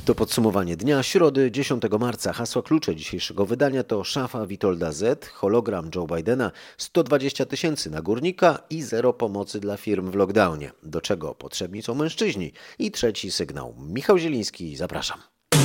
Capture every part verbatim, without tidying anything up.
To podsumowanie dnia środy dziesiątego marca. Hasła klucze dzisiejszego wydania to szafa Witolda Z, hologram Joe Bidena, sto dwadzieścia tysięcy na górnika i zero pomocy dla firm w lockdownie. Do czego potrzebni są mężczyźni? I trzeci sygnał. Michał Zieliński, zapraszam.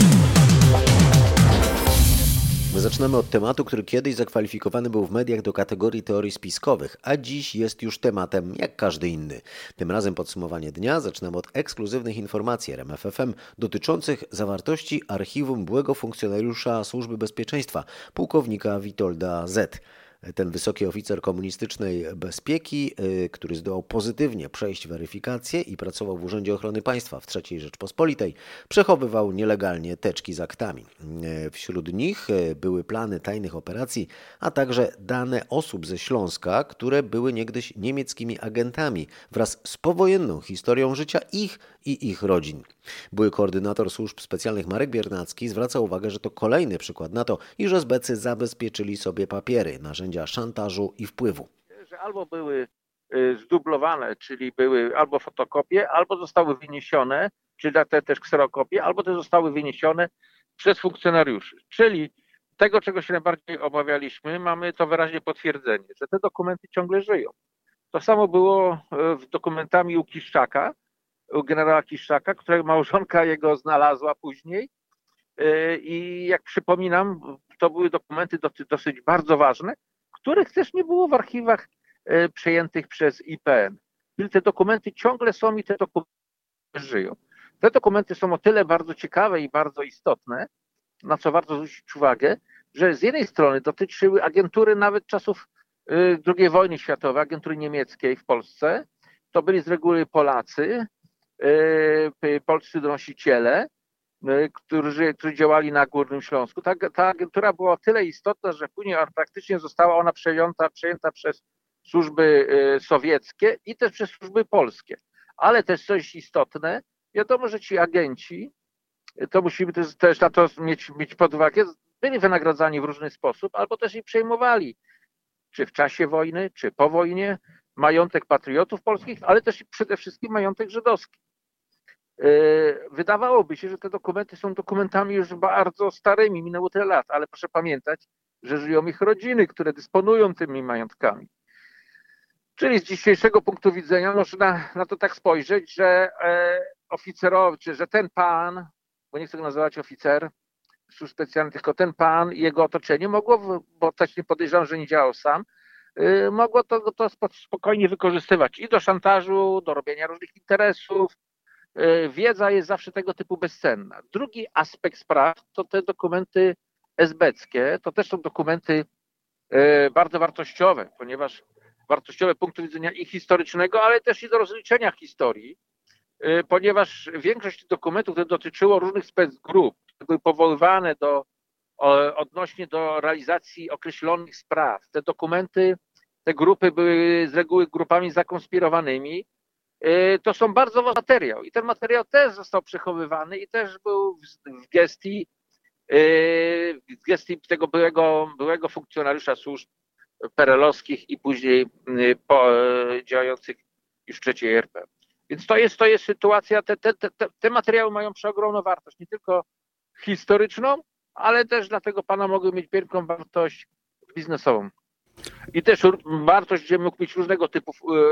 My zaczynamy od tematu, który kiedyś zakwalifikowany był w mediach do kategorii teorii spiskowych, a dziś jest już tematem jak każdy inny. Tym razem podsumowanie dnia zaczynamy od ekskluzywnych informacji R M F F M dotyczących zawartości archiwum byłego funkcjonariusza Służby Bezpieczeństwa, pułkownika Witolda Z. Ten wysoki oficer komunistycznej bezpieki, który zdołał pozytywnie przejść weryfikację i pracował w Urzędzie Ochrony Państwa w trzeciej Rzeczpospolitej, przechowywał nielegalnie teczki z aktami. Wśród nich były plany tajnych operacji, a także dane osób ze Śląska, które były niegdyś niemieckimi agentami wraz z powojenną historią życia ich i ich rodzin. Były koordynator służb specjalnych Marek Biernacki zwraca uwagę, że to kolejny przykład na to, iż esbecy zabezpieczyli sobie papiery, narzędzia szantażu i wpływu. Że albo były zdublowane, czyli były albo fotokopie, albo zostały wyniesione, czyli te też kserokopie, albo te zostały wyniesione przez funkcjonariuszy. Czyli tego, czego się najbardziej obawialiśmy, mamy to wyraźnie potwierdzenie, że te dokumenty ciągle żyją. To samo było z dokumentami u Kiszczaka, u generała Kiszczaka, którego małżonka jego znalazła później. I jak przypominam, to były dokumenty dosyć bardzo ważne, których też nie było w archiwach przejętych przez I P N. Czyli te dokumenty ciągle są i te dokumenty żyją. Te dokumenty są o tyle bardzo ciekawe i bardzo istotne, na co warto zwrócić uwagę, że z jednej strony dotyczyły agentury nawet czasów drugiej wojny światowej, agentury niemieckiej w Polsce. To byli z reguły Polacy, polscy donosiciele, którzy, którzy działali na Górnym Śląsku. Ta, ta agentura była o tyle istotna, że później praktycznie została ona przejęta, przejęta przez służby sowieckie i też przez służby polskie. Ale też coś istotne, wiadomo, że ci agenci, to musimy też, też na to mieć, mieć pod uwagę, byli wynagradzani w różny sposób, albo też i przejmowali, czy w czasie wojny, czy po wojnie, majątek patriotów polskich, ale też i przede wszystkim majątek żydowski. Wydawałoby się, że te dokumenty są dokumentami już bardzo starymi, minęło tyle lat, ale proszę pamiętać, że żyją ich rodziny, które dysponują tymi majątkami. Czyli z dzisiejszego punktu widzenia można na to tak spojrzeć, że oficerowie, czy że ten pan, bo nie chcę go nazywać oficer służb specjalnych, tylko ten pan i jego otoczenie mogło, bo też nie podejrzewam, że nie działał sam, mogło to, to spokojnie wykorzystywać i do szantażu, do robienia różnych interesów. Wiedza jest zawsze tego typu bezcenna. Drugi aspekt spraw to te dokumenty esbeckie. To też są dokumenty bardzo wartościowe, ponieważ wartościowe z punktu widzenia i historycznego, ale też i do rozliczenia historii, ponieważ większość tych dokumentów dotyczyło różnych specgrup, które były powoływane do, odnośnie do realizacji określonych spraw. Te dokumenty, te grupy były z reguły grupami zakonspirowanymi. To są bardzo ważny materiał i ten materiał też został przechowywany i też był w gestii, w gestii tego byłego, byłego funkcjonariusza służb perelowskich i później po, działających już w trzeciej R P. Więc to jest, to jest sytuacja, te, te, te, te materiały mają przeogromną wartość, nie tylko historyczną, ale też dla tego pana mogły mieć wielką wartość biznesową. I też wartość, gdzie mógł mieć różnego typu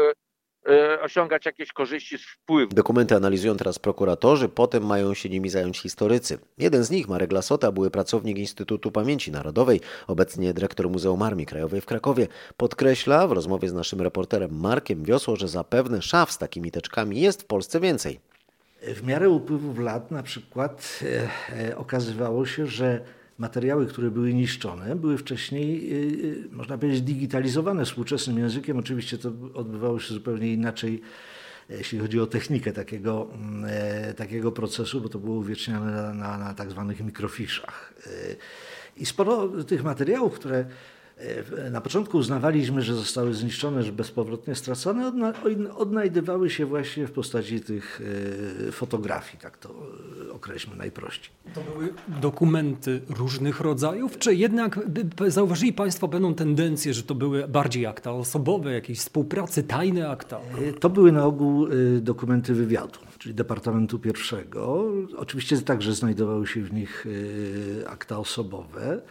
osiągać jakieś korzyści z wpływu. Dokumenty analizują teraz prokuratorzy, potem mają się nimi zająć historycy. Jeden z nich, Marek Lasota, były pracownik Instytutu Pamięci Narodowej, obecnie dyrektor Muzeum Armii Krajowej w Krakowie, podkreśla w rozmowie z naszym reporterem Markiem Wiosło, że zapewne szaf z takimi teczkami jest w Polsce więcej. W miarę upływów lat na przykład e, okazywało się, że materiały, które były niszczone, były wcześniej, można powiedzieć, digitalizowane współczesnym językiem. Oczywiście to odbywało się zupełnie inaczej, jeśli chodzi o technikę takiego, takiego procesu, bo to było uwieczniane na, na, na tak zwanych mikrofiszach. I sporo tych materiałów, które Na początku uznawaliśmy, że zostały zniszczone, że bezpowrotnie stracone, odna odnajdywały się właśnie w postaci tych fotografii, tak to określmy najprościej. To były dokumenty różnych rodzajów, czy jednak zauważyli Państwo pewną tendencję, że to były bardziej akta osobowe, jakieś współpracy, tajne akta? To były na ogół dokumenty wywiadu, czyli Departamentu Pierwszego. Oczywiście także znajdowały się w nich akta osobowe,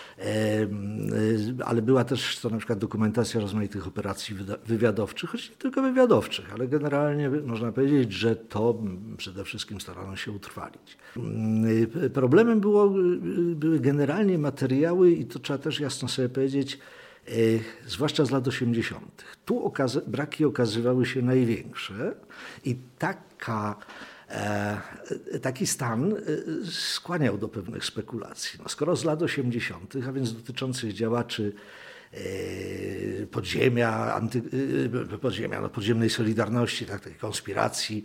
ale była też to na przykład dokumentacja rozmaitych operacji wywiadowczych, choć nie tylko wywiadowczych, ale generalnie można powiedzieć, że to przede wszystkim starano się utrwalić. Problemem było, były generalnie materiały i to trzeba też jasno sobie powiedzieć, zwłaszcza z lat osiemdziesiątych. Tu okazy braki okazywały się największe i taka Taki stan skłaniał do pewnych spekulacji. No, skoro z lat osiemdziesiątych, a więc dotyczących działaczy podziemia, anty, podziemia no, podziemnej Solidarności, tak, takiej konspiracji,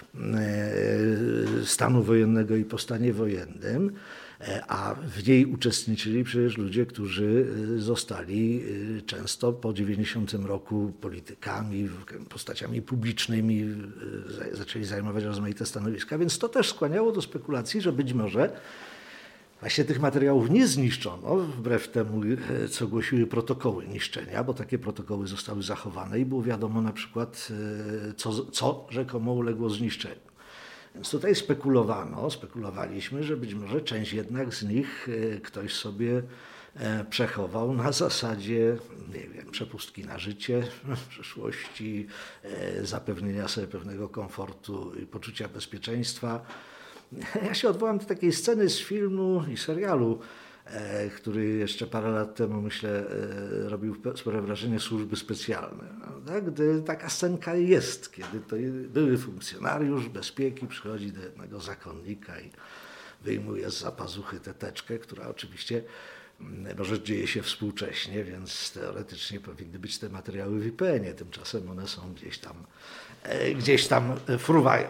stanu wojennego i po stanie wojennym, a w niej uczestniczyli przecież ludzie, którzy zostali często po dziewięćdziesiątym roku politykami, postaciami publicznymi, zaczęli zajmować rozmaite stanowiska, więc to też skłaniało do spekulacji, że być może właśnie tych materiałów nie zniszczono, wbrew temu, co głosiły protokoły niszczenia, bo takie protokoły zostały zachowane i było wiadomo na przykład, co, co rzekomo uległo zniszczeniu. Więc tutaj spekulowano, spekulowaliśmy, że być może część jednak z nich ktoś sobie przechował na zasadzie, nie wiem, przepustki na życie w przyszłości, zapewnienia sobie pewnego komfortu i poczucia bezpieczeństwa. Ja się odwołam do takiej sceny z filmu i serialu, który jeszcze parę lat temu, myślę, robił spore wrażenie, Służby Specjalne. Prawda? Gdy taka scenka jest, kiedy to były funkcjonariusz bezpieki przychodzi do jednego zakonnika i wyjmuje z zapazuchy tę teczkę, która oczywiście może dzieje się współcześnie, więc teoretycznie powinny być te materiały w I P N ie, tymczasem one są gdzieś tam, gdzieś tam fruwają.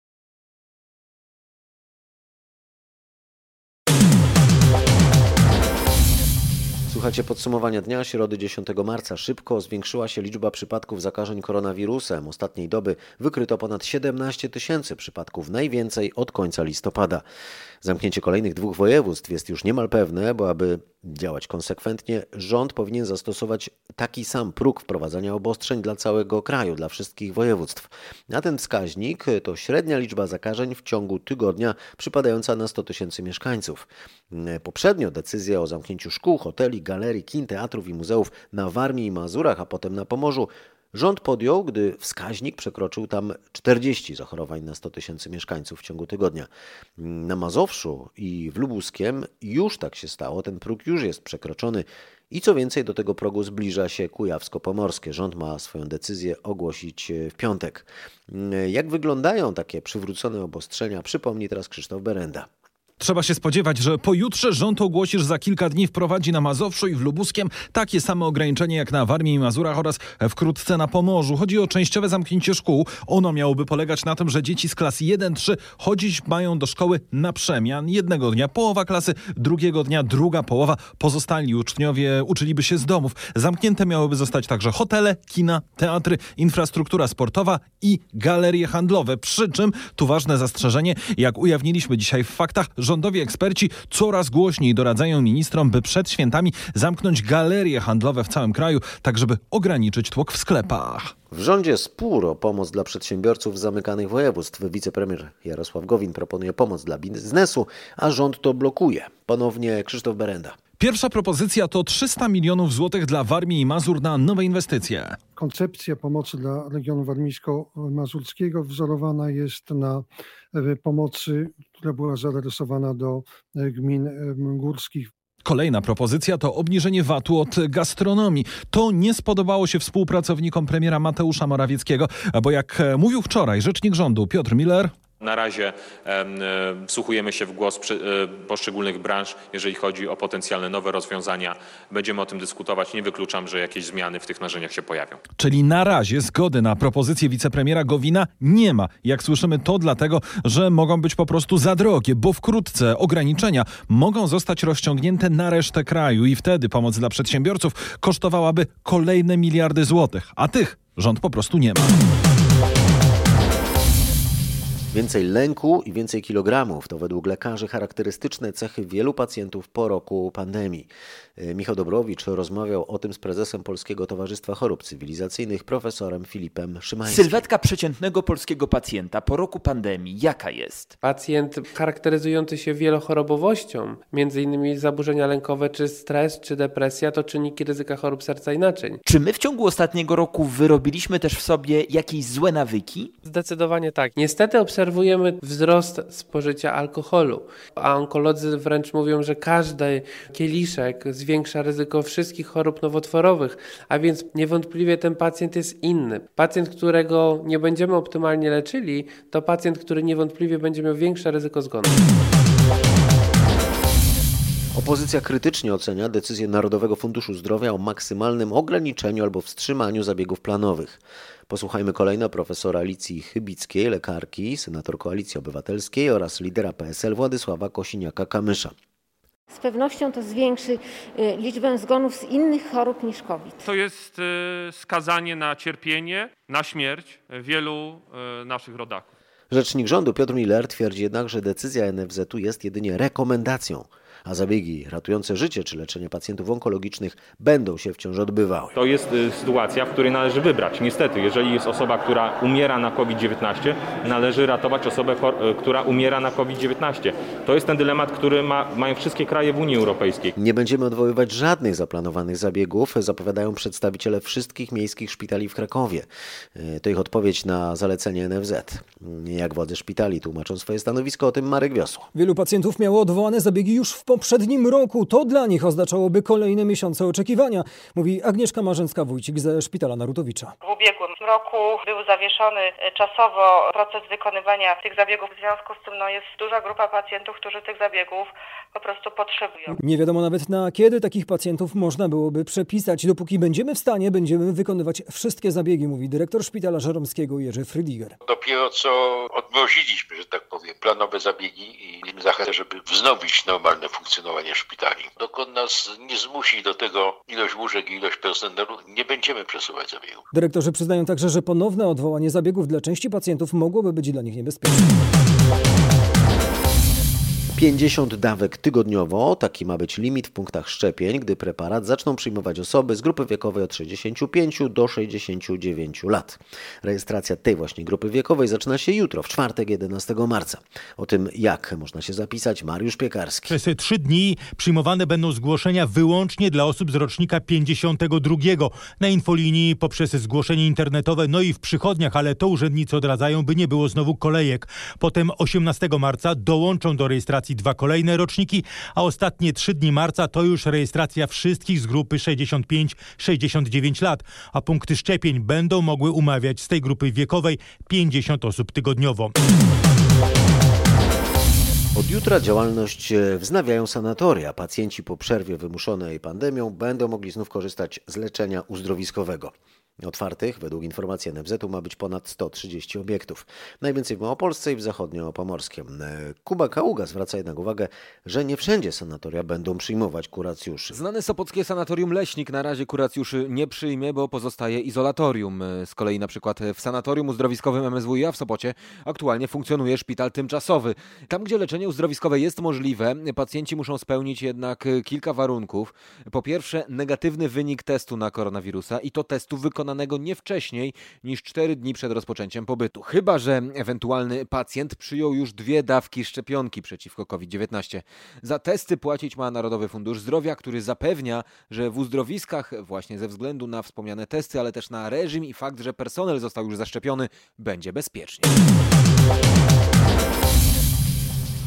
Słuchajcie podsumowania dnia, środy dziesiątego marca. Szybko zwiększyła się liczba przypadków zakażeń koronawirusem. Ostatniej doby wykryto ponad siedemnaście tysięcy przypadków, najwięcej od końca listopada. Zamknięcie kolejnych dwóch województw jest już niemal pewne, bo aby działać konsekwentnie, rząd powinien zastosować taki sam próg wprowadzania obostrzeń dla całego kraju, dla wszystkich województw. A ten wskaźnik to średnia liczba zakażeń w ciągu tygodnia przypadająca na sto tysięcy mieszkańców. Poprzednio decyzja o zamknięciu szkół, hoteli, galerii, kin, teatrów i muzeów na Warmii i Mazurach, a potem na Pomorzu rząd podjął, gdy wskaźnik przekroczył tam czterdzieści zachorowań na sto tysięcy mieszkańców w ciągu tygodnia. Na Mazowszu i w Lubuskiem już tak się stało, ten próg już jest przekroczony i co więcej do tego progu zbliża się Kujawsko-Pomorskie. Rząd ma swoją decyzję ogłosić w piątek. Jak wyglądają takie przywrócone obostrzenia, przypomni teraz Krzysztof Berenda. Trzeba się spodziewać, że pojutrze rząd ogłosi, że za kilka dni wprowadzi na Mazowszu i w Lubuskiem takie same ograniczenia jak na Warmii i Mazurach oraz wkrótce na Pomorzu. Chodzi o częściowe zamknięcie szkół. Ono miałoby polegać na tym, że dzieci z klas jeden trzy chodzić mają do szkoły na przemian. Jednego dnia połowa klasy, drugiego dnia druga połowa. Pozostali uczniowie uczyliby się z domów. Zamknięte miałyby zostać także hotele, kina, teatry, infrastruktura sportowa i galerie handlowe. Przy czym, tu ważne zastrzeżenie, jak ujawniliśmy dzisiaj w faktach, rządowi eksperci coraz głośniej doradzają ministrom, by przed świętami zamknąć galerie handlowe w całym kraju, tak żeby ograniczyć tłok w sklepach. W rządzie spór o pomoc dla przedsiębiorców z zamykanych województw. Wicepremier Jarosław Gowin proponuje pomoc dla biznesu, a rząd to blokuje. Ponownie Krzysztof Berenda. Pierwsza propozycja to trzysta milionów złotych dla Warmii i Mazur na nowe inwestycje. Koncepcja pomocy dla regionu warmińsko-mazurskiego wzorowana jest na pomocy, która była zaadresowana do gmin górskich. Kolejna propozycja to obniżenie V A T-u od gastronomii. To nie spodobało się współpracownikom premiera Mateusza Morawieckiego, bo jak mówił wczoraj rzecznik rządu Piotr Miller... Na razie e, wsłuchujemy się w głos przy, e, poszczególnych branż, jeżeli chodzi o potencjalne nowe rozwiązania. Będziemy o tym dyskutować. Nie wykluczam, że jakieś zmiany w tych narzędziach się pojawią. Czyli na razie zgody na propozycję wicepremiera Gowina nie ma. Jak słyszymy, to dlatego, że mogą być po prostu za drogie, bo wkrótce ograniczenia mogą zostać rozciągnięte na resztę kraju i wtedy pomoc dla przedsiębiorców kosztowałaby kolejne miliardy złotych, a tych rząd po prostu nie ma. Więcej lęku i więcej kilogramów to według lekarzy charakterystyczne cechy wielu pacjentów po roku pandemii. Michał Dobrowicz rozmawiał o tym z prezesem Polskiego Towarzystwa Chorób Cywilizacyjnych, profesorem Filipem Szymańskim. Sylwetka przeciętnego polskiego pacjenta po roku pandemii jaka jest? Pacjent charakteryzujący się wielochorobowością, między innymi zaburzenia lękowe, czy stres, czy depresja, to czynniki ryzyka chorób serca i naczyń. Czy my w ciągu ostatniego roku wyrobiliśmy też w sobie jakieś złe nawyki? Zdecydowanie tak. Niestety obserwujemy wzrost spożycia alkoholu, a onkolodzy wręcz mówią, że każdy kieliszek zwiększa ryzyko wszystkich chorób nowotworowych, a więc niewątpliwie ten pacjent jest inny. Pacjent, którego nie będziemy optymalnie leczyli, to pacjent, który niewątpliwie będzie miał większe ryzyko zgonu. Opozycja krytycznie ocenia decyzję Narodowego Funduszu Zdrowia o maksymalnym ograniczeniu albo wstrzymaniu zabiegów planowych. Posłuchajmy kolejno profesora Alicji Chybickiej, lekarki, senator Koalicji Obywatelskiej oraz lidera P S L Władysława Kosiniaka-Kamysza. Z pewnością to zwiększy liczbę zgonów z innych chorób niż COVID. To jest skazanie na cierpienie, na śmierć wielu naszych rodaków. Rzecznik rządu Piotr Miller twierdzi jednak, że decyzja N F Z u jest jedynie rekomendacją, a zabiegi ratujące życie czy leczenie pacjentów onkologicznych będą się wciąż odbywały. To jest sytuacja, w której należy wybrać. Niestety, jeżeli jest osoba, która umiera na COVID dziewiętnaście, należy ratować osobę, która umiera na COVID dziewiętnaście. To jest ten dylemat, który ma, mają wszystkie kraje w Unii Europejskiej. Nie będziemy odwoływać żadnych zaplanowanych zabiegów, zapowiadają przedstawiciele wszystkich miejskich szpitali w Krakowie. To ich odpowiedź na zalecenie N F Z. Jak władze szpitali tłumaczą swoje stanowisko, o tym Marek Wiosło. Wielu pacjentów miało odwołane zabiegi już w poprzednim roku. To dla nich oznaczałoby kolejne miesiące oczekiwania, mówi Agnieszka Marzęcka-Wójcik ze Szpitala Narutowicza. W ubiegłym roku był zawieszony czasowo proces wykonywania tych zabiegów. W związku z tym no, jest duża grupa pacjentów, którzy tych zabiegów po prostu potrzebują. Nie wiadomo nawet na kiedy takich pacjentów można byłoby przepisać. Dopóki będziemy w stanie, będziemy wykonywać wszystkie zabiegi, mówi dyrektor Szpitala Żeromskiego Jerzy Frydiger. Dopiero co odmroziliśmy, że tak powiem, planowe zabiegi i zachęcę, żeby wznowić normalne funkcjonowanie szpitali. Dokąd nas nie zmusi do tego ilość łóżek i ilość personelu, nie będziemy przesuwać zabiegów. Dyrektorzy przyznają także, że ponowne odwołanie zabiegów dla części pacjentów mogłoby być dla nich niebezpieczne. pięćdziesiąt dawek tygodniowo, taki ma być limit w punktach szczepień, gdy preparat zaczną przyjmować osoby z grupy wiekowej od sześćdziesięciu pięciu do sześćdziesięciu dziewięciu lat. Rejestracja tej właśnie grupy wiekowej zaczyna się jutro, w czwartek jedenastego marca. O tym, jak można się zapisać, Mariusz Piekarski. Przez trzy dni przyjmowane będą zgłoszenia wyłącznie dla osób z rocznika pięćdziesiątego drugiego. Na infolinii, poprzez zgłoszenie internetowe, no i w przychodniach, ale to urzędnicy odradzają, by nie było znowu kolejek. Potem osiemnastego marca dołączą do rejestracji dwa kolejne roczniki, a ostatnie trzy dni marca to już rejestracja wszystkich z grupy sześćdziesiąt pięć sześćdziesiąt dziewięć lat, a punkty szczepień będą mogły umawiać z tej grupy wiekowej pięćdziesiąt osób tygodniowo. Od jutra działalność wznawiają sanatoria. Pacjenci po przerwie wymuszonej pandemią będą mogli znów korzystać z leczenia uzdrowiskowego. Otwartych, według informacji N F Z u, ma być ponad sto trzydzieści obiektów. Najwięcej w Małopolsce i w Zachodniopomorskiem. Kuba Kaługa zwraca jednak uwagę, że nie wszędzie sanatoria będą przyjmować kuracjuszy. Znane sopockie sanatorium Leśnik na razie kuracjuszy nie przyjmie, bo pozostaje izolatorium. Z kolei na przykład w sanatorium uzdrowiskowym M S W iA w Sopocie aktualnie funkcjonuje szpital tymczasowy. Tam, gdzie leczenie uzdrowiskowe jest możliwe, pacjenci muszą spełnić jednak kilka warunków. Po pierwsze, negatywny wynik testu na koronawirusa i to testu wykonanego nie wcześniej niż cztery dni przed rozpoczęciem pobytu. Chyba że ewentualny pacjent przyjął już dwie dawki szczepionki przeciwko COVID dziewiętnaście. Za testy płacić ma Narodowy Fundusz Zdrowia, który zapewnia, że w uzdrowiskach właśnie ze względu na wspomniane testy, ale też na reżim i fakt, że personel został już zaszczepiony, będzie bezpiecznie.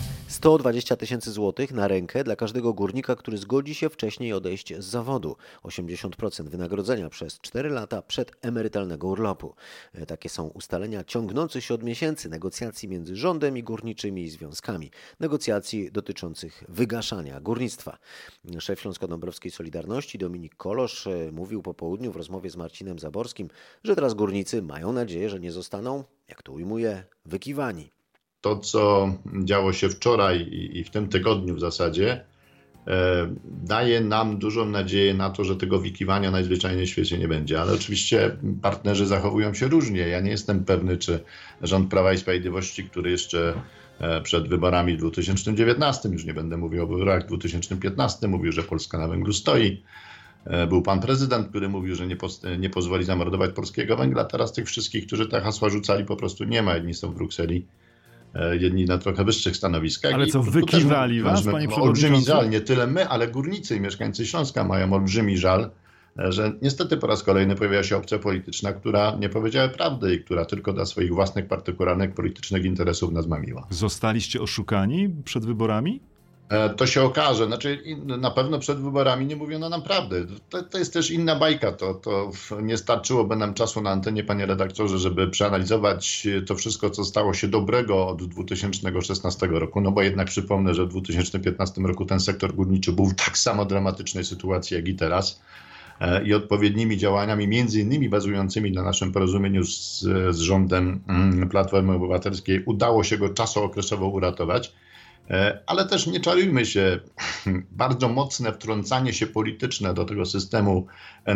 sto dwadzieścia tysięcy złotych na rękę dla każdego górnika, który zgodzi się wcześniej odejść z zawodu. osiemdziesiąt procent wynagrodzenia przez cztery lata przedemerytalnego urlopu. Takie są ustalenia ciągnących się od miesięcy negocjacji między rządem i górniczymi związkami. Negocjacji dotyczących wygaszania górnictwa. Szef Śląsko-Dąbrowskiej Solidarności Dominik Kolosz mówił po południu w rozmowie z Marcinem Zaborskim, że teraz górnicy mają nadzieję, że nie zostaną, jak to ujmuje, wykiwani. To, co działo się wczoraj i w tym tygodniu w zasadzie, e, daje nam dużą nadzieję na to, że tego wykiwania najzwyczajniej w świecie nie będzie. Ale oczywiście partnerzy zachowują się różnie. Ja nie jestem pewny, czy rząd Prawa i Sprawiedliwości, który jeszcze przed wyborami w dwa tysiące dziewiętnastym, już nie będę mówił o wyborach w dwa tysiące piętnastym, mówił, że Polska na węglu stoi. Był pan prezydent, który mówił, że nie, poz, nie pozwoli zamordować polskiego węgla. Teraz tych wszystkich, którzy te hasła rzucali, po prostu nie ma. Jedni są w Brukseli, jedni na trochę wyższych stanowiskach. Ale co, wykiwali was, panie przewodniczący? Olbrzymi żal, nie tyle my, ale górnicy i mieszkańcy Śląska mają olbrzymi żal, że niestety po raz kolejny pojawia się opcja polityczna, która nie powiedziała prawdy i która tylko dla swoich własnych, partykularnych, politycznych interesów nas mamiła. Zostaliście oszukani przed wyborami? To się okaże. Znaczy, na pewno przed wyborami nie mówiono nam prawdy. To, to jest też inna bajka. To, to nie starczyłoby nam czasu na antenie, panie redaktorze, żeby przeanalizować to wszystko, co stało się dobrego od dwa tysiące szesnastego roku. No bo jednak przypomnę, że w dwa tysiące piętnastym roku ten sektor górniczy był w tak samo dramatycznej sytuacji, jak i teraz. I odpowiednimi działaniami, między innymi bazującymi na naszym porozumieniu z, z rządem Platformy Obywatelskiej, udało się go czasookresowo uratować. Ale też nie czarujmy się, bardzo mocne wtrącanie się polityczne do tego systemu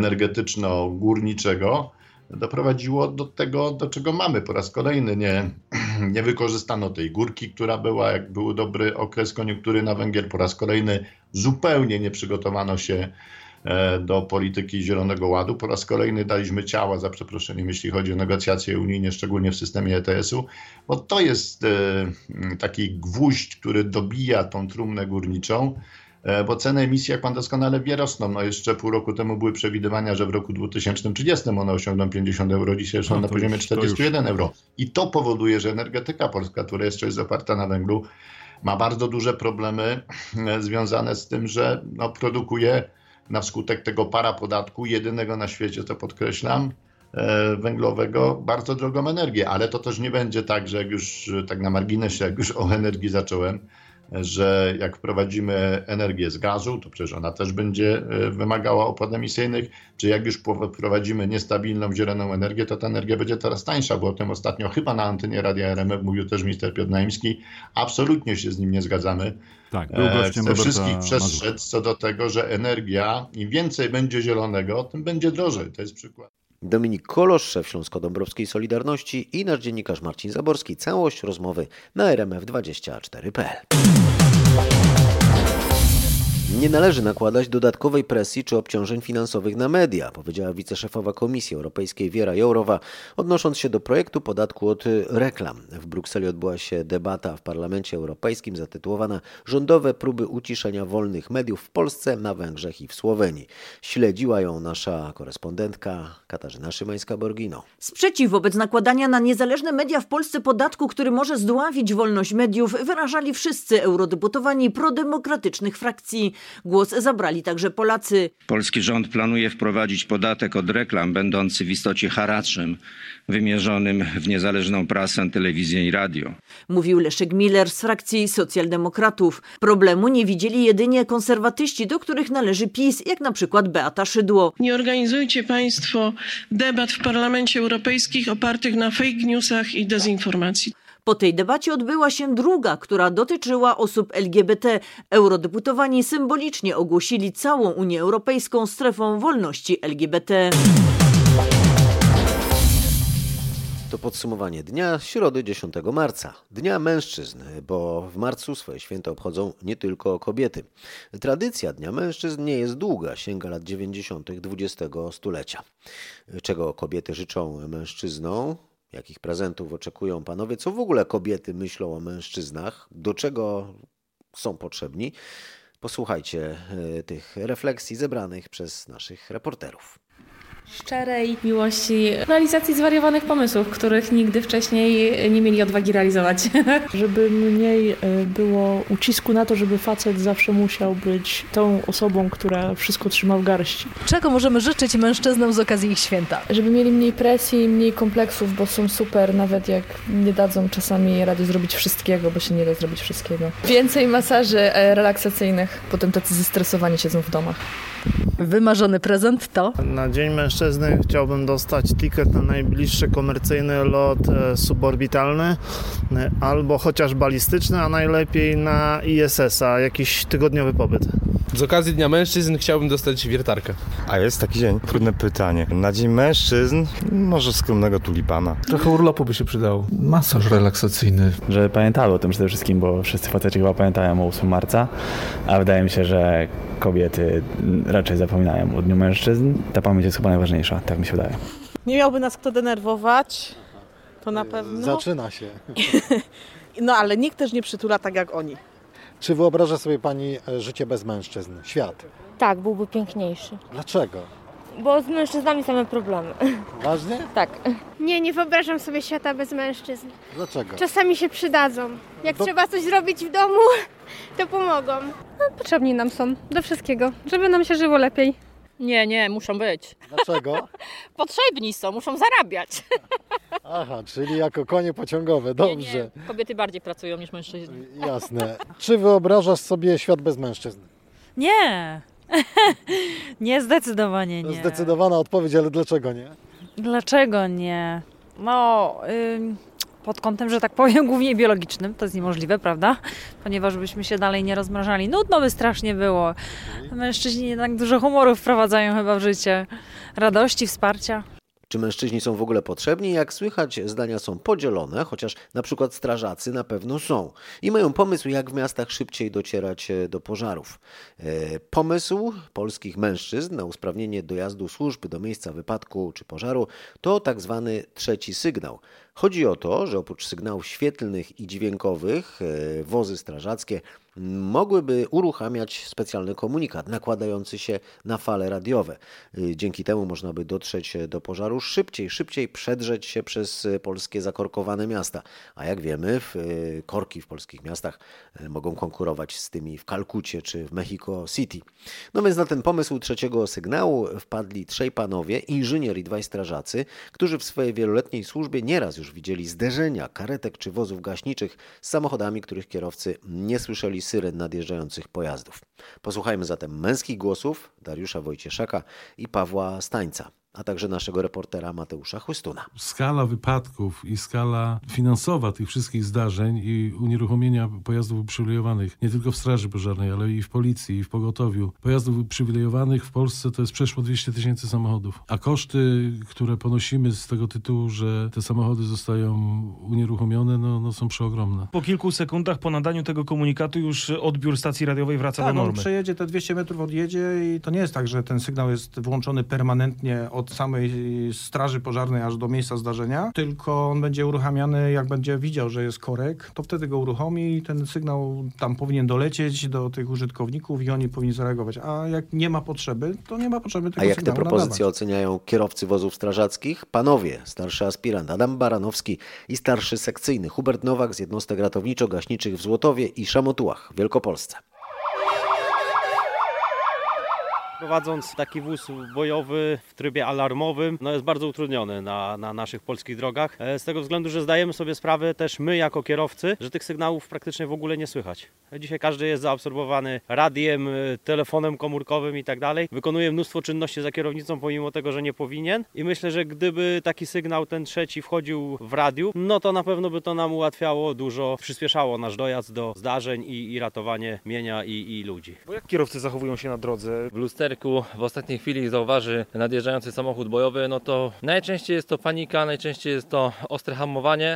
energetyczno-górniczego doprowadziło do tego, do czego mamy. Po raz kolejny nie, nie wykorzystano tej górki, która była, jak był dobry okres koniunktury na węgiel. Po raz kolejny zupełnie nie przygotowano się do polityki Zielonego Ładu. Po raz kolejny daliśmy ciała, za przeproszeniem, jeśli chodzi o negocjacje unijne, szczególnie w systemie E T S-u, bo to jest taki gwóźdź, który dobija tą trumnę górniczą, bo ceny emisji, jak pan doskonale wie, rosną. No jeszcze pół roku temu były przewidywania, że w roku dwa tysiące trzydziestym one osiągną pięćdziesiąt euro, dzisiaj są no na poziomie już, czterdzieści jeden euro. I to powoduje, że energetyka polska, która jeszcze jest oparta na węglu, ma bardzo duże problemy związane z tym, że no, produkuje na wskutek tego parapodatku, jedynego na świecie, to podkreślam, e, węglowego, bardzo drogą energię. Ale to też nie będzie tak, że jak już tak na marginesie, jak już o energii zacząłem, że jak wprowadzimy energię z gazu, to przecież ona też będzie wymagała opłat emisyjnych, czy jak już wprowadzimy niestabilną zieloną energię, to ta energia będzie teraz tańsza, bo o tym ostatnio chyba na antenie Radia R M F mówił też minister Piotr Naimski. Absolutnie się z nim nie zgadzamy. Tak, był gościem Chcę wszystkich przestrzec co do tego, że energia, im więcej będzie zielonego, tym będzie drożej. To jest przykład. Dominik Kolosz, szef Śląsko-Dąbrowskiej Solidarności i nasz dziennikarz Marcin Zaborski. Całość rozmowy na R M F dwadzieścia cztery kropka p l. Nie należy nakładać dodatkowej presji czy obciążeń finansowych na media, powiedziała wiceszefowa Komisji Europejskiej Wiera Jourowa, odnosząc się do projektu podatku od reklam. W Brukseli odbyła się debata w Parlamencie Europejskim zatytułowana „Rządowe próby uciszenia wolnych mediów w Polsce, na Węgrzech i w Słowenii”. Śledziła ją nasza korespondentka Katarzyna Szymańska-Borgino. Sprzeciw wobec nakładania na niezależne media w Polsce podatku, który może zdławić wolność mediów, wyrażali wszyscy eurodeputowani prodemokratycznych frakcji. Głos zabrali także Polacy. Polski rząd planuje wprowadzić podatek od reklam, będący w istocie haraczem wymierzonym w niezależną prasę, telewizję i radio. Mówił Leszek Miller z frakcji socjaldemokratów. Problemu nie widzieli jedynie konserwatyści, do których należy PiS, jak na przykład Beata Szydło. Nie organizujcie państwo debat w Parlamencie Europejskim opartych na fake newsach i dezinformacji. Po tej debacie odbyła się druga, która dotyczyła osób L G B T. Eurodeputowani symbolicznie ogłosili całą Unię Europejską strefą wolności L G B T. To podsumowanie dnia środy dziesiątego marca, Dnia Mężczyzn, bo w marcu swoje święto obchodzą nie tylko kobiety. Tradycja Dnia Mężczyzn nie jest długa, sięga lat dziewięćdziesiątych dwudziestego stulecia. Czego kobiety życzą mężczyznom? Jakich prezentów oczekują panowie? Co w ogóle kobiety myślą o mężczyznach? Do czego są potrzebni? Posłuchajcie tych refleksji zebranych przez naszych reporterów. Szczerej miłości, realizacji zwariowanych pomysłów, których nigdy wcześniej nie mieli odwagi realizować. Żeby mniej było ucisku na to, żeby facet zawsze musiał być tą osobą, która wszystko trzyma w garści. Czego możemy życzyć mężczyznom z okazji ich święta? Żeby mieli mniej presji i mniej kompleksów, bo są super, nawet jak nie dadzą czasami rady zrobić wszystkiego, bo się nie da zrobić wszystkiego. Więcej masaży relaksacyjnych, potem tacy zestresowani siedzą w domach. Wymarzony prezent to? Na Dzień Mężczyzny chciałbym dostać ticket na najbliższy komercyjny lot suborbitalny albo chociaż balistyczny, a najlepiej na I S S a, jakiś tygodniowy pobyt. Z okazji Dnia Mężczyzn chciałbym dostać wiertarkę. A jest taki dzień? Trudne pytanie. Na Dzień Mężczyzn może skromnego tulipana. Trochę urlopu by się przydało. Masaż relaksacyjny. Żeby pamiętały o tym przede wszystkim, bo wszyscy faceci chyba pamiętają o ósmego marca, a wydaje mi się, że kobiety raczej zapominają o Dniu Mężczyzn. Ta pamięć jest chyba najważniejsza, tak mi się wydaje. Nie miałby nas kto denerwować, to na pewno. Zaczyna się. No ale nikt też nie przytula tak jak oni. Czy wyobraża sobie Pani życie bez mężczyzn? Świat? Tak, byłby piękniejszy. Dlaczego? Bo z mężczyznami same problemy. Ważnie? Tak. Nie, nie wyobrażam sobie świata bez mężczyzn. Dlaczego? Czasami się przydadzą. Jak Bo... trzeba coś zrobić w domu, to pomogą. No, potrzebni nam są do wszystkiego, żeby nam się żyło lepiej. Nie, nie, muszą być. Dlaczego? Potrzebni są, muszą zarabiać. Aha, czyli jako konie pociągowe, dobrze. Nie, nie. Kobiety bardziej pracują niż mężczyźni. Jasne. Czy wyobrażasz sobie świat bez mężczyzn? Nie. Nie, zdecydowanie nie. Zdecydowana odpowiedź, ale dlaczego nie? Dlaczego nie? No, ym, pod kątem, że tak powiem, głównie biologicznym, to jest niemożliwe, prawda? Ponieważ byśmy się dalej nie rozmnażali. Nudno by strasznie było. Mężczyźni jednak dużo humoru wprowadzają chyba w życie. Radości, wsparcia. Czy mężczyźni są w ogóle potrzebni? Jak słychać, zdania są podzielone, chociaż na przykład strażacy na pewno są. I mają pomysł, jak w miastach szybciej docierać do pożarów. Pomysł polskich mężczyzn na usprawnienie dojazdu służb do miejsca wypadku czy pożaru to tak zwany trzeci sygnał. Chodzi o to, że oprócz sygnałów świetlnych i dźwiękowych wozy strażackie mogłyby uruchamiać specjalny komunikat nakładający się na fale radiowe. Dzięki temu można by dotrzeć do pożaru szybciej, szybciej przedrzeć się przez polskie zakorkowane miasta. A jak wiemy, korki w polskich miastach mogą konkurować z tymi w Kalkucie czy w Mexico City. No więc na ten pomysł trzeciego sygnału wpadli trzej panowie, inżynier i dwaj strażacy, którzy w swojej wieloletniej służbie nieraz już widzieli zderzenia karetek czy wozów gaśniczych z samochodami, których kierowcy nie słyszeli syren nadjeżdżających pojazdów. Posłuchajmy zatem męskich głosów Dariusza Wojcieszaka i Pawła Stańca, a także naszego reportera Mateusza Chłystuna. Skala wypadków i skala finansowa tych wszystkich zdarzeń i unieruchomienia pojazdów uprzywilejowanych, nie tylko w Straży Pożarnej, ale i w Policji, i w Pogotowiu. Pojazdów uprzywilejowanych w Polsce to jest przeszło dwieście tysięcy samochodów. A koszty, które ponosimy z tego tytułu, że te samochody zostają unieruchomione, no, no są przeogromne. Po kilku sekundach po nadaniu tego komunikatu już odbiór stacji radiowej wraca tak, do normy. On przejedzie te dwieście metrów, odjedzie i to nie jest tak, że ten sygnał jest włączony permanentnie od samej straży pożarnej aż do miejsca zdarzenia, tylko on będzie uruchamiany, jak będzie widział, że jest korek, to wtedy go uruchomi i ten sygnał tam powinien dolecieć do tych użytkowników i oni powinni zareagować. A jak nie ma potrzeby, to nie ma potrzeby tego A jak te propozycje nadawać. oceniają kierowcy wozów strażackich? Panowie, starszy aspirant Adam Baranowski i starszy sekcyjny Hubert Nowak z jednostek ratowniczo-gaśniczych w Złotowie i Szamotułach w Wielkopolsce. Prowadząc taki wóz bojowy w trybie alarmowym, no jest bardzo utrudniony na, na naszych polskich drogach. Z tego względu, że zdajemy sobie sprawę też my jako kierowcy, że tych sygnałów praktycznie w ogóle nie słychać. Dzisiaj każdy jest zaabsorbowany radiem, telefonem komórkowym i tak dalej. Wykonuje mnóstwo czynności za kierownicą pomimo tego, że nie powinien. I myślę, że gdyby taki sygnał, ten trzeci, wchodził w radiu, no to na pewno by to nam ułatwiało dużo, przyspieszało nasz dojazd do zdarzeń i, i ratowanie mienia i, i ludzi. Bo jak kierowcy zachowują się na drodze? W lusterku w ostatniej chwili zauważy nadjeżdżający samochód bojowy, no to najczęściej jest to panika, najczęściej jest to ostre hamowanie.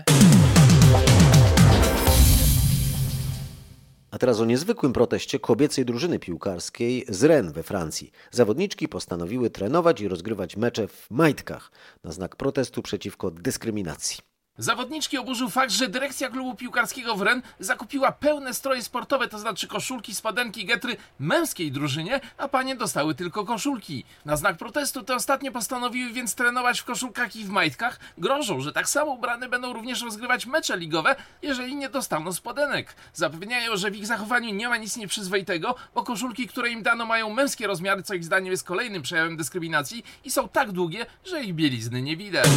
A teraz o niezwykłym proteście kobiecej drużyny piłkarskiej z Rennes we Francji. Zawodniczki postanowiły trenować i rozgrywać mecze w majtkach na znak protestu przeciwko dyskryminacji. Zawodniczki oburzył fakt, że dyrekcja klubu piłkarskiego w Rennes zakupiła pełne stroje sportowe, to znaczy koszulki, spodenki, getry męskiej drużynie, a panie dostały tylko koszulki. Na znak protestu te ostatnie postanowiły więc trenować w koszulkach i w majtkach. Grożą, że tak samo ubrane będą również rozgrywać mecze ligowe, jeżeli nie dostaną spodenek. Zapewniają, że w ich zachowaniu nie ma nic nieprzyzwoitego, bo koszulki, które im dano, mają męskie rozmiary, co ich zdaniem jest kolejnym przejawem dyskryminacji i są tak długie, że ich bielizny nie widać.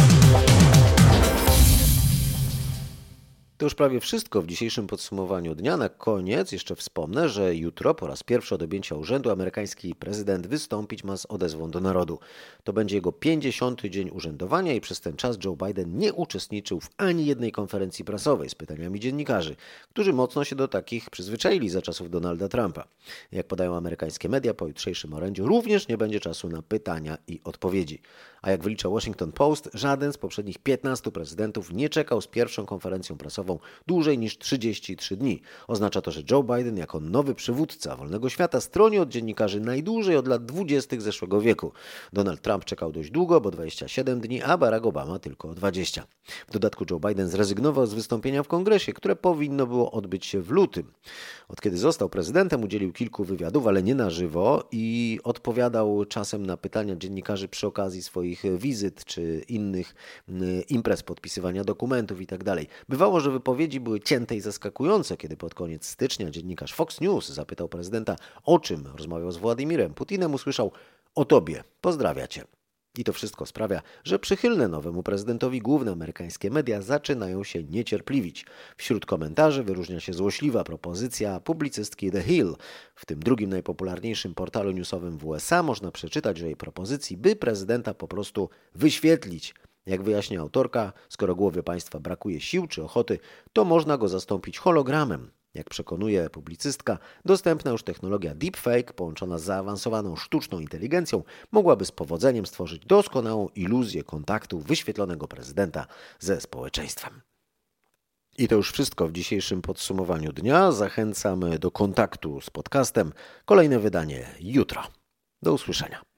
To już prawie wszystko w dzisiejszym podsumowaniu dnia. Na koniec jeszcze wspomnę, że jutro po raz pierwszy od objęcia urzędu amerykański prezydent wystąpić ma z odezwą do narodu. To będzie jego pięćdziesiąty dzień urzędowania i przez ten czas Joe Biden nie uczestniczył w ani jednej konferencji prasowej z pytaniami dziennikarzy, którzy mocno się do takich przyzwyczaili za czasów Donalda Trumpa. Jak podają amerykańskie media, po jutrzejszym orędziu również nie będzie czasu na pytania i odpowiedzi. A jak wylicza Washington Post, żaden z poprzednich piętnastu prezydentów nie czekał z pierwszą konferencją prasową dłużej niż trzydzieści trzy dni. Oznacza to, że Joe Biden jako nowy przywódca wolnego świata stroni od dziennikarzy najdłużej od lat dwudziestych zeszłego wieku. Donald Trump czekał dość długo, bo dwadzieścia siedem dni, a Barack Obama tylko dwadzieścia. W dodatku Joe Biden zrezygnował z wystąpienia w kongresie, które powinno było odbyć się w lutym. Od kiedy został prezydentem, udzielił kilku wywiadów, ale nie na żywo i odpowiadał czasem na pytania dziennikarzy przy okazji swoich wizyt czy innych imprez podpisywania dokumentów itd. Bywało, że wypowiedzi były cięte i zaskakujące, kiedy pod koniec stycznia dziennikarz Fox News zapytał prezydenta, o czym rozmawiał z Władimirem Putinem, usłyszał: o tobie, pozdrawiam cię. I to wszystko sprawia, że przychylne nowemu prezydentowi główne amerykańskie media zaczynają się niecierpliwić. Wśród komentarzy wyróżnia się złośliwa propozycja publicystki The Hill. W tym drugim najpopularniejszym portalu newsowym w U S A można przeczytać, że jej propozycji, by prezydenta po prostu wyświetlić. Jak wyjaśnia autorka, skoro głowie państwa brakuje sił czy ochoty, to można go zastąpić hologramem. Jak przekonuje publicystka, dostępna już technologia deepfake połączona z zaawansowaną sztuczną inteligencją mogłaby z powodzeniem stworzyć doskonałą iluzję kontaktu wyświetlonego prezydenta ze społeczeństwem. I to już wszystko w dzisiejszym podsumowaniu dnia. Zachęcamy do kontaktu z podcastem. Kolejne wydanie jutro. Do usłyszenia.